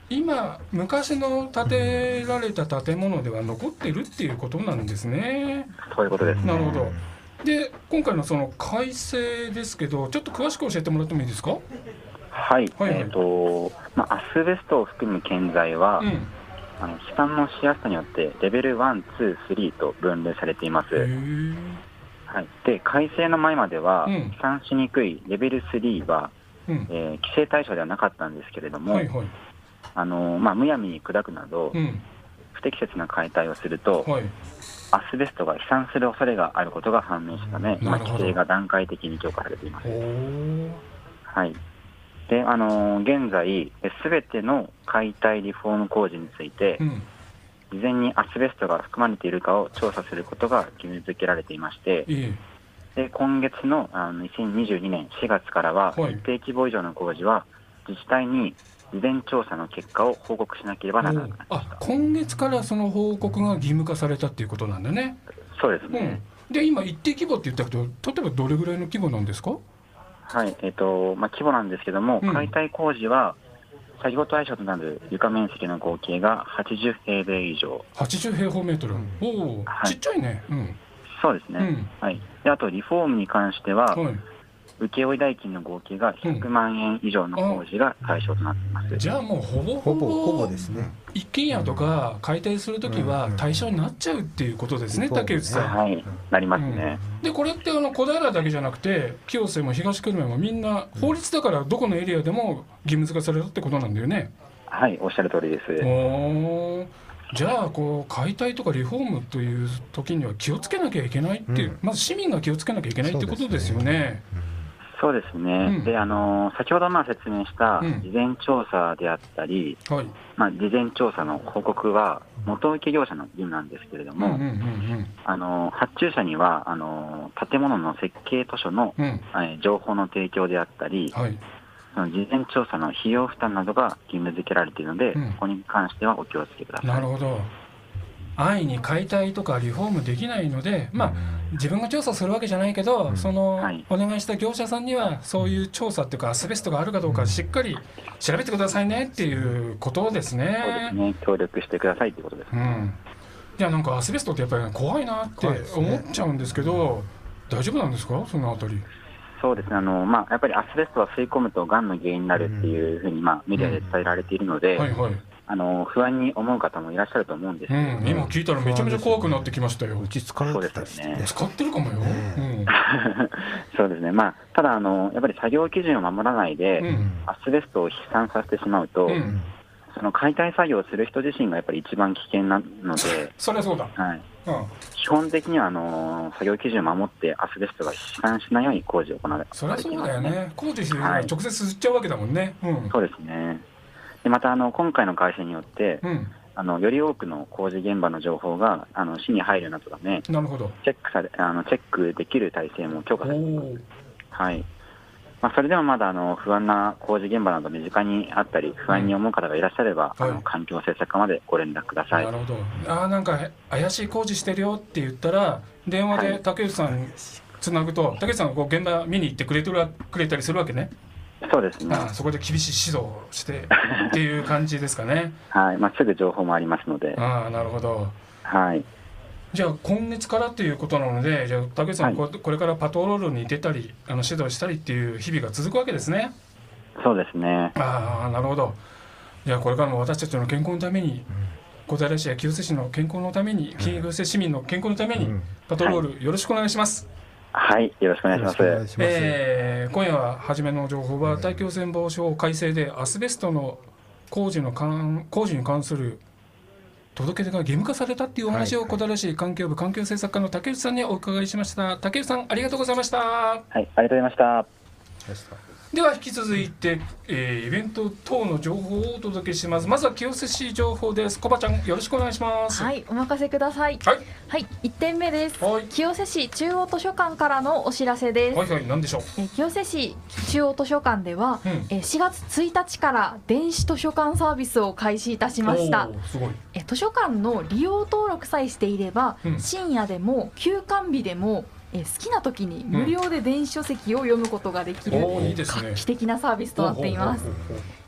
今昔の建てられた建物では残ってるっていうことなんですね。 そういうことです、ね、 なるほど。で今回のその改正ですけど、ちょっと詳しく教えてもらってもいいですか。 はい、はい、えーとまあ、アスベストを含む建材は、うん、あの飛散のしやすさによってレベルワン、ツー、スリーと分類されています。はい、で改正の前までは、うん、飛散しにくいレベルスリーは、うんえー、規制対象ではなかったんですけれども、はいはい、あのまあ、むやみに砕くなど、うん、不適切な解体をすると、はい、アスベストが飛散する恐れがあることが判明したため、今規制が段階的に強化されています。はい、であの現在すべての解体リフォーム工事について、うん、事前にアスベストが含まれているかを調査することが義務付けられていまして、いいで今月 の, あのにせんにじゅうにねんしがつからは、はい、一定規模以上の工事は自治体に事前調査の結果を報告しなければならなくなりました。 あ、今月からその報告が義務化されたっていうことなんだね。 そうですね、 うん、で今一定規模って言ったけど、例えばどれぐらいの規模なんですか。 はい、えーとまあ、規模なんですけども、うん、解体工事は作業対象となる床面積の合計がはちじゅうへいべい以上。 はちじゅうへいほうメートル、うん、おお、はい、ちっちゃいね、うん、 そうですね、うんはい、であとリフォームに関しては、はい、請負代金の合計がひゃくまんえん以上の工事が対象となっています、 うん、じゃあもうほぼほぼほぼですね。一軒家とか解体するときは対象になっちゃうっていうことですね、うん、竹内さん。 はい、なりますね、 うん、でこれってあの小平だけじゃなくて清瀬も東久留米もみんな法律だからどこのエリアでも義務付けされたってことなんだよね。 はい、おっしゃる通りです。 おじゃあこう解体とかリフォームという時には気をつけなきゃいけないっていう、うん、まず市民が気をつけなきゃいけないってことですよね。 そうですね、うん、であの先ほどまあ説明した事前調査であったり、うんはいまあ、事前調査の報告は元請け業者の義務なんですけれども、うんうんうんうん、あの発注者にはあの建物の設計図書の、うんえー、情報の提供であったり、はい、その事前調査の費用負担などが義務付けられているので、うん、ここに関してはお気をつけください。 なるほど。安易に解体とかリフォームできないので、まあ、自分が調査するわけじゃないけど、うんそのはい、お願いした業者さんにはそういう調査っていうかアスベストがあるかどうかしっかり調べてくださいねっていうことですね。 そうですね、協力してくださいということです、ねうん、 いやなんかアスベストってやっぱり、ね、怖いなって思っちゃうんですけど、ね、大丈夫なんですかそのあたり。 そうですね、あの、まあ、やっぱりアスベストは吸い込むとがんの原因になるっていうふうに、まあ、メディアで伝えられているので、うんはいはいあの不安に思う方もいらっしゃると思うんですけど、 うん、今聞いたらめちゃめちゃ怖くなってきましたよ。 うち使われてたりして、ね、 使ってるかもよ、ねうん、 そうですね、まあ、ただあのやっぱり作業基準を守らないで、うん、アスベストを飛散させてしまうと、うん、その解体作業をする人自身がやっぱり一番危険なのでそりゃそうだ、 はいうん、 基本的にはあの作業基準を守ってアスベストが飛散しないように工事を行われています、ね、 そりゃそうだよね。工事してるのに直接吸っちゃうわけだもんね、はいうん、 そうですね。でまたあの今回の改正によって、うん、あのより多くの工事現場の情報があの市に入るようになったため、 なるほどチェックされあのチェックできる体制も強化されています、はいまあ、それでもまだあの不安な工事現場など身近にあったり不安に思う方がいらっしゃれば、うん、あの環境政策課までご連絡ください。 なるほど。あなんか怪しい工事してるよって言ったら電話で竹内さんつなぐと、はい、竹内さんがこう現場見に行ってくれてるくれたりするわけね。 そうですね。 ああそこで厳しい指導をしてっていう感じですかね。 はい、まあ、すぐ情報もありますので。 ああなるほど。 はい。 じゃあ今月からということなので、じゃあ竹内さん、はい、これからパトロールに出たりあの指導したりっていう日々が続くわけですね。 そうですね。 ああなるほど。じゃあこれからも私たちの健康のために、小平市や清瀬市の健康のために、清瀬市民の健康のためにパトロールよろしくお願いします。 はい、よろしくお願いします。 えー、今夜は初めの情報は大気汚染防止法改正でアスベストの工事の関工事に関する届け出が義務化されたっていうお話を小平市環境部環境政策課の竹内さんにお伺いしました。竹内さんありがとうございました。 はい、ありがとうございました。 では引き続いて、えー、イベント等の情報をお届けします。まずは清瀬市情報です。コバちゃんよろしくお願いします。 はい、お任せください。 はい、 はい、いってんめです、 はい、 清瀬市中央図書館からのお知らせです。 はいはい、何でしょう。 えー、清瀬市中央図書館では、うんえー、しがつついたちから電子図書館サービスを開始いたしました。 すごい。 えー、図書館の利用登録さえしていれば、うん、深夜でも休館日でもえ好きな時に無料で電子書籍を読むことができる、 うんいいですね、 画期的なサービスとなっています。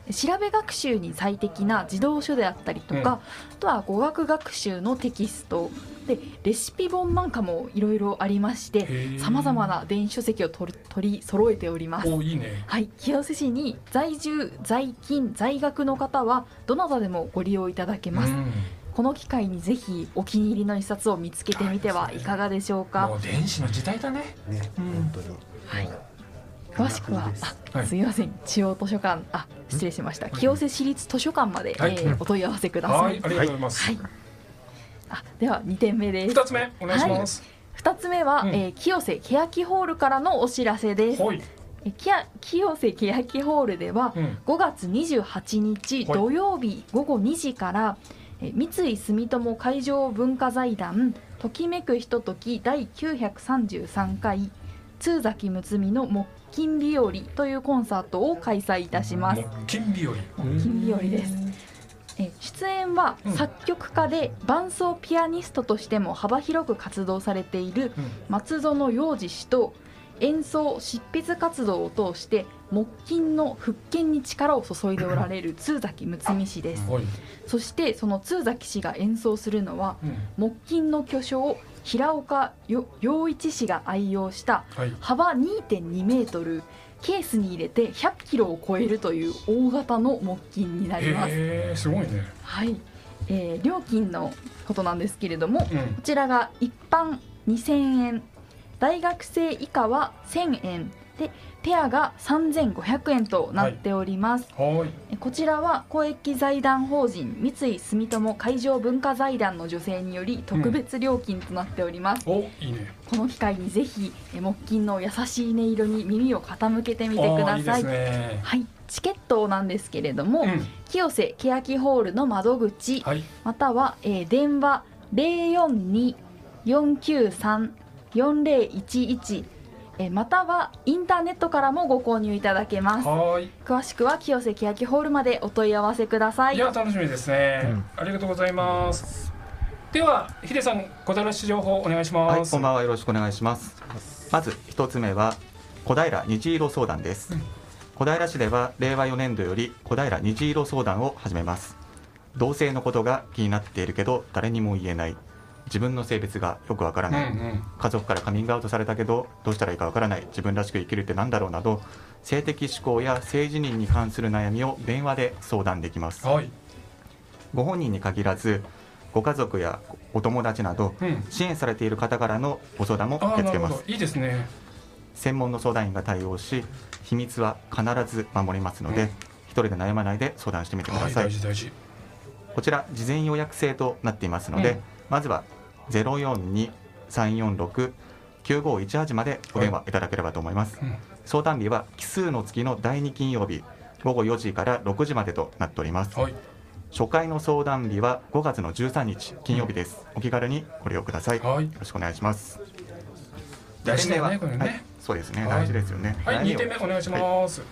調べ学習に最適な児童書であったりとか、うん、あとは語学学習のテキストでレシピ本なんかもいろいろありましてさまざまな電子書籍を取り、取り揃えております。 お、いいね。 はい、清瀬市に在住在勤在学の方はどなたでもご利用いただけます、うん、この機会にぜひお気に入りの一冊を見つけてみてはいかがでしょうか。 もう電子の時代だね。 ね、うん、本当に。 はい。詳しくはあすみません、中央図書館あ失礼しました清瀬市立図書館まで、はい、えー、お問い合わせください。 はい、ありがとうございます。 はい、あではにてんめです。 ふたつめお願いします。 はい、ふたつめは、うん、えー、清瀬欅ホールからのお知らせです。はい、えきや清瀬欅ホールでは、うん、ごがつにじゅうはちにち土曜日ごごにじから、え三井住友海上文化財団ときめくひとときだいきゅうひゃくさんじゅうさんかい津崎睦美の木金日和というコンサートを開催いたします。 木金日和。 木金日和です。え出演は作曲家で伴奏ピアニストとしても幅広く活動されている松園洋二氏と、演奏執筆活動を通して木琴の復権に力を注いでおられる津崎睦美氏です。そしてその津崎氏が演奏するのは、木琴の巨匠平岡洋一氏が愛用した幅 にてんにメートル、ケースに入れてひゃっキロを超えるという大型の木琴になります。 へー、すごいね。 はい、えー、料金のことなんですけれども、うん、こちらが一般にせんえん、大学生以下はせんえんで、ペアがさんぜんごひゃくえんとなっております。 はいはい、 こちらは公益財団法人三井住友海上文化財団の助成により特別料金となっております。 うん、お、いいね。 この機会にぜひ木琴の優しい音色に耳を傾けてみてください。 いいですね。 はい、チケットなんですけれども、うん、清瀬欅ホールの窓口、はい、または、えー、電話 ゼロよんに よんきゅうさん よんゼロいちいち、えまたはインターネットからもご購入いただけます。 はい、 詳しくは清瀬欅ホールまでお問い合わせください。 いや、楽しみですね、うん、ありがとうございます。ではヒデさん、小平市情報お願いします。 はい、こんばんは、よろしくお願いします。まず一つ目は小平虹色相談です、うん、小平市ではれいわよねんどより小平虹色相談を始めます。同性のことが気になっているけど誰にも言えない、自分の性別がよくわからない、うんうん、家族からカミングアウトされたけどどうしたらいいかわからない、自分らしく生きるってなんだろうなど、性的指向や性自認に関する悩みを電話で相談できます、はい、ご本人に限らずご家族やお友達など、うん、支援されている方からのご相談も受け付けます。 いいですね。 専門の相談員が対応し、秘密は必ず守りますので、うん、一人で悩まないで相談してみてください、 はい、大事大事。 こちら事前予約制となっていますので、うん、まずは ゼロよんに さんよんろく きゅうごいちはち までお電話いただければと思います、はい、うん、相談日は奇数の月のだいに金曜日ごごよじからろくじまでとなっております、はい、初回の相談日はごがつのじゅうさんにち金曜日です、うん、お気軽にご利用ください、はい、よろしくお願いします。 大事だよね、これね、はい、 そうですね、大事ですよね。 はい、にてんめお願いします、はい、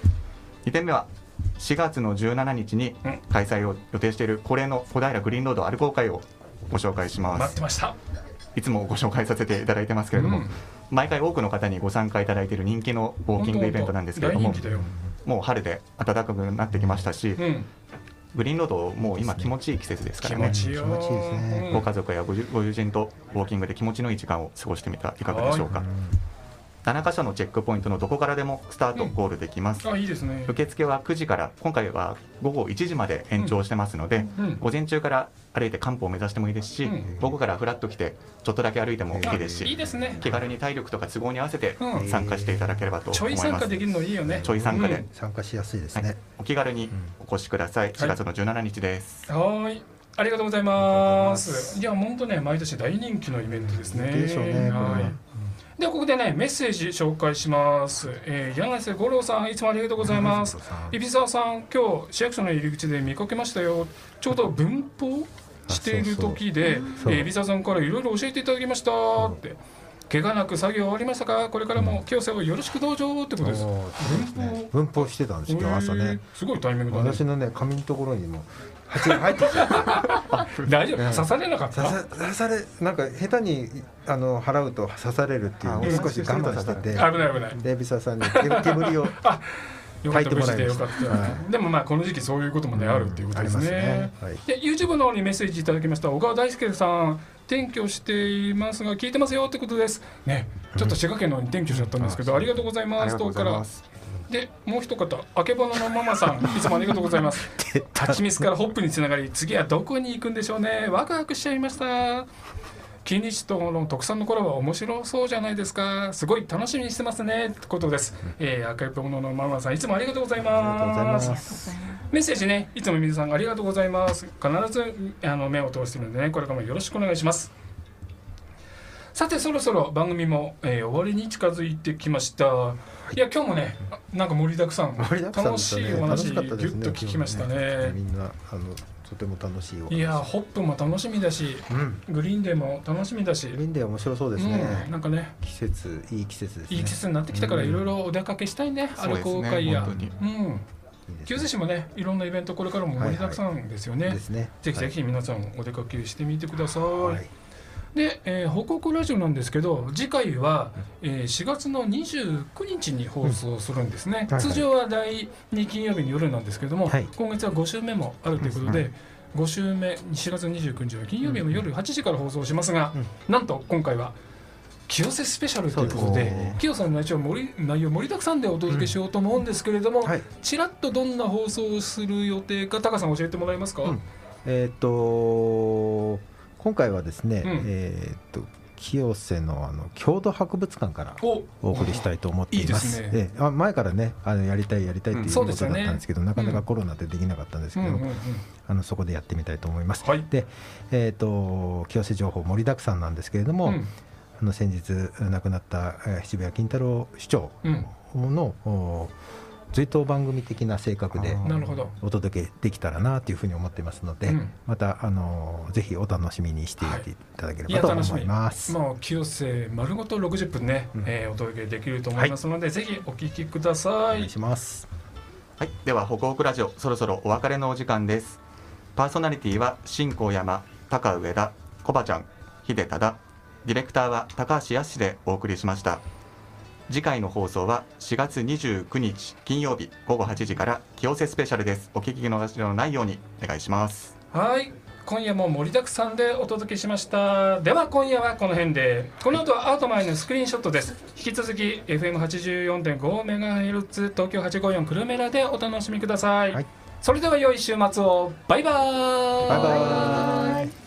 にてんめはしがつのじゅうしちにちに開催を予定している恒例の小平グリーンロード歩こう会をご紹介します。 待ってました。 いつもご紹介させていただいてますけれども、うん、毎回多くの方にご参加いただいている人気のウォーキングイベントなんですけれども、もう春で暖かくなってきましたし、うん、グリーンロードもう今気持ちいい季節ですからね。 気持ちいいよ、気持ちいいですね。 ご家族や ご, ご友人とウォーキングで気持ちのいい時間を過ごしてみてはいかがでしょうか。ななかしょのチェックポイントのどこからでもスタート、うん、ゴールできます。 あ、いいですね。 受付はくじから、今回はごごいちじまで延長してますので、うんうん、午前中から歩いて漢方を目指してもいいですし、うん、午後からフラッと来てちょっとだけ歩いてもいいですし、 いいですね、 気軽に体力とか都合に合わせて参加していただければと思います。 ちょい参加できるのいいよね。 ちょい参加で、うん、 参加しやすいですね、はい、 お気軽にお越しください、うん、しがつのじゅうしちにちです。 はい、ありがとうございます。いや、本当ね、毎年大人気のイベントですね。 でしょうね、 はい。ではここでね、メッセージ紹介します、えー、柳瀬五郎さん、いつもありがとうございます。海老沢さん、今日市役所の入り口で見かけましたよ。ちょうど文法している時で、海老沢さんからいろいろ教えていただきましたって、怪我なく作業終わりましたか、これからも清瀬をよろしくどうぞってことです。文法文法してたんですけど、朝ね、 すごいタイミングだね。 私のね、髪のところにも蜂が入ってきた大丈夫、刺されなかった。 刺され、なんか下手にあの払うと刺されるっていうのを少し我慢してて、 危ない危ない。 で、海老沢さんに煙をよかった無事でよかった、はい、でもまあこの時期そういうこともね、うん、あるっていうことですね、ね、はい、で YouTube の方にメッセージいただきました小川大輔さん、転居していますが聞いてますよってことですね。ちょっと滋賀県の方に転居しちゃったんですけど、うん、ありがとうございますとからで、もう一方あけぼののママさんいつもありがとうございます蜂蜜からホップにつながり次はどこに行くんでしょうね、ワクワクしちゃいました。キニチとの特産のコラボは面白そうじゃないですか、すごい楽しみにしてますねってことです、うん、えー、あけぼののママさんいつもありがとうございます。メッセージね、いつも皆さんありがとうございます。必ずあの目を通しているのでね、これからもよろしくお願いします。さてそろそろ番組も、えー、終わりに近づいてきました。いや今日もねなんか盛りだくさん、楽しいお話ぎゅっと聞きましたね。 みんなあのとても楽しいお話。 いやホップも楽しみだし、うん、グリーンデーも楽しみだし、 グリーンデー面白そうですね、 うん、なんかね季節いい季節ですね。 いい季節になってきたからいろいろお出かけしたいね、うん、アルコー会や、うん、清瀬市もねいろんなイベントこれからも盛りだくさんですよね、はいはい、ですね。ぜひぜひ皆さんお出かけしてみてください、はい。で、えー、報告ラジオなんですけど次回は、えー、しがつのにじゅうくにちに放送するんですね、うんはいはい、通常はだいに金曜日の夜なんですけども、はい、今月はご週目もあるということで、うん、ご週目しがつにじゅうくにちは金曜日の夜はちじから放送しますが、うん、なんと今回は清瀬スペシャルということで清瀬の内容盛り内容盛りだくさんでお届けしようと思うんですけれども、うんはい、ちらっとどんな放送をする予定かタカさん教えてもらえますか。うん、 えー、っと今回はですね、うん、えー、っと清瀬 の, あの郷土博物館からお送りしたいと思っています。いいですね。あ前からねあのやりたいやりたいっていうことだったんですけど、うんね、なかなかコロナでできなかったんですけど、うんうんうんうん、あのそこでやってみたいと思います、はい。で、えー、と清瀬情報盛りだくさんなんですけれども、うん、あの先日亡くなった、えー、渋谷金太郎市長の、うん追悼番組的な性格でお届けできたらなというふうに思っていますので、うん、またあのぜひお楽しみにしていていただければと思います。 はい、もう清瀬丸ごとろくじゅっぷんね、うんえー、お届けできると思いますので、はい、ぜひお聞きください。お願いします。 はい、ではホクホクラジオそろそろお別れのお時間です。パーソナリティは新高山、高上田、コバちゃん、秀忠、ディレクターは高橋康でお送りしました。次回の放送はしがつにじゅうくにち金曜日ごごはちじから清瀬スペシャルです。お聞き逃しのないようにお願いします。 はい、今夜も盛りだくさんでお届けしました。では今夜はこの辺で、この後はアートマイのスクリーンショットです。引き続き エフエムはちじゅうよんてんごメガヘルツ 東京はちごよんクルメラでお楽しみください、はい、それでは良い週末を。バイバーイ。 バイバーイ。